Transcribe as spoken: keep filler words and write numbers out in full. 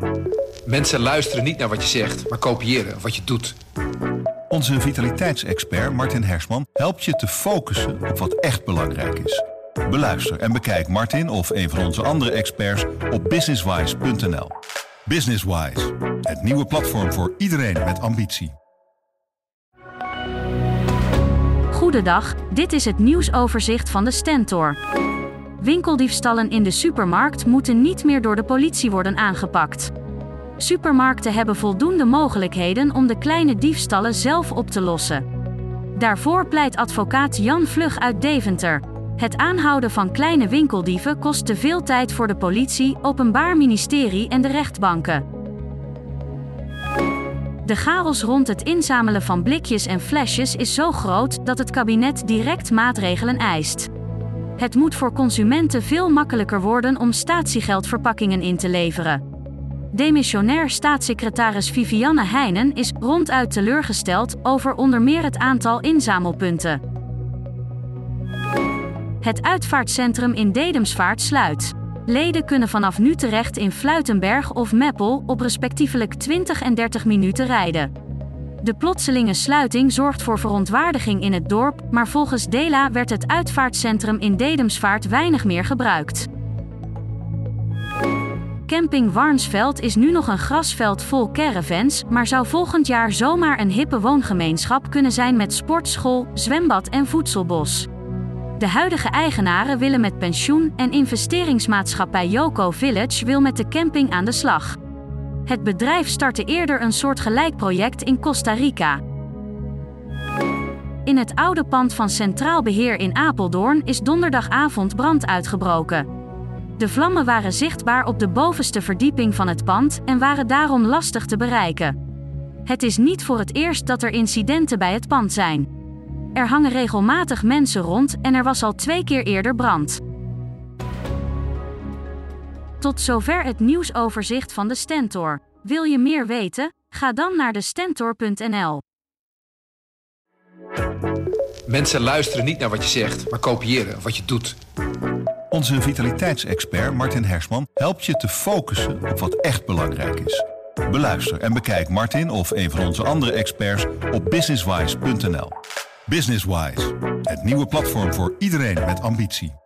Mensen luisteren niet naar wat je zegt, maar kopiëren wat je doet. Onze vitaliteitsexpert Martin Hersman helpt je te focussen op wat echt belangrijk is. Beluister en bekijk Martin of een van onze andere experts op businesswise punt n l. Businesswise, het nieuwe platform voor iedereen met ambitie. Goedendag, dit is het nieuwsoverzicht van de Stentor. Winkeldiefstallen in de supermarkt moeten niet meer door de politie worden aangepakt. Supermarkten hebben voldoende mogelijkheden om de kleine diefstallen zelf op te lossen. Daarvoor pleit advocaat Jan Vlug uit Deventer. Het aanhouden van kleine winkeldieven kost te veel tijd voor de politie, Openbaar Ministerie en de rechtbanken. De chaos rond het inzamelen van blikjes en flesjes is zo groot dat het kabinet direct maatregelen eist. Het moet voor consumenten veel makkelijker worden om statiegeldverpakkingen in te leveren. Demissionair staatssecretaris Vivianne Heijnen is ronduit teleurgesteld over onder meer het aantal inzamelpunten. Het uitvaartcentrum in Dedemsvaart sluit. Leden kunnen vanaf nu terecht in Fluitenberg of Meppel op respectievelijk twintig en dertig minuten rijden. De plotselinge sluiting zorgt voor verontwaardiging in het dorp, maar volgens Dela werd het uitvaartcentrum in Dedemsvaart weinig meer gebruikt. Camping Warnsveld is nu nog een grasveld vol caravans, maar zou volgend jaar zomaar een hippe woongemeenschap kunnen zijn met sportschool, zwembad en voedselbos. De huidige eigenaren willen met pensioen en investeringsmaatschappij Yoco Village wil met de camping aan de slag. Het bedrijf startte eerder een soortgelijk project in Costa Rica. In het oude pand van Centraal Beheer in Apeldoorn is donderdagavond brand uitgebroken. De vlammen waren zichtbaar op de bovenste verdieping van het pand en waren daarom lastig te bereiken. Het is niet voor het eerst dat er incidenten bij het pand zijn. Er hangen regelmatig mensen rond en er was al twee keer eerder brand. Tot zover het nieuwsoverzicht van de Stentor. Wil je meer weten? Ga dan naar de stentor punt n l. Mensen luisteren niet naar wat je zegt, maar kopiëren wat je doet. Onze vitaliteitsexpert Martin Hersman helpt je te focussen op wat echt belangrijk is. Beluister en bekijk Martin of een van onze andere experts op businesswise punt n l. Businesswise, het nieuwe platform voor iedereen met ambitie.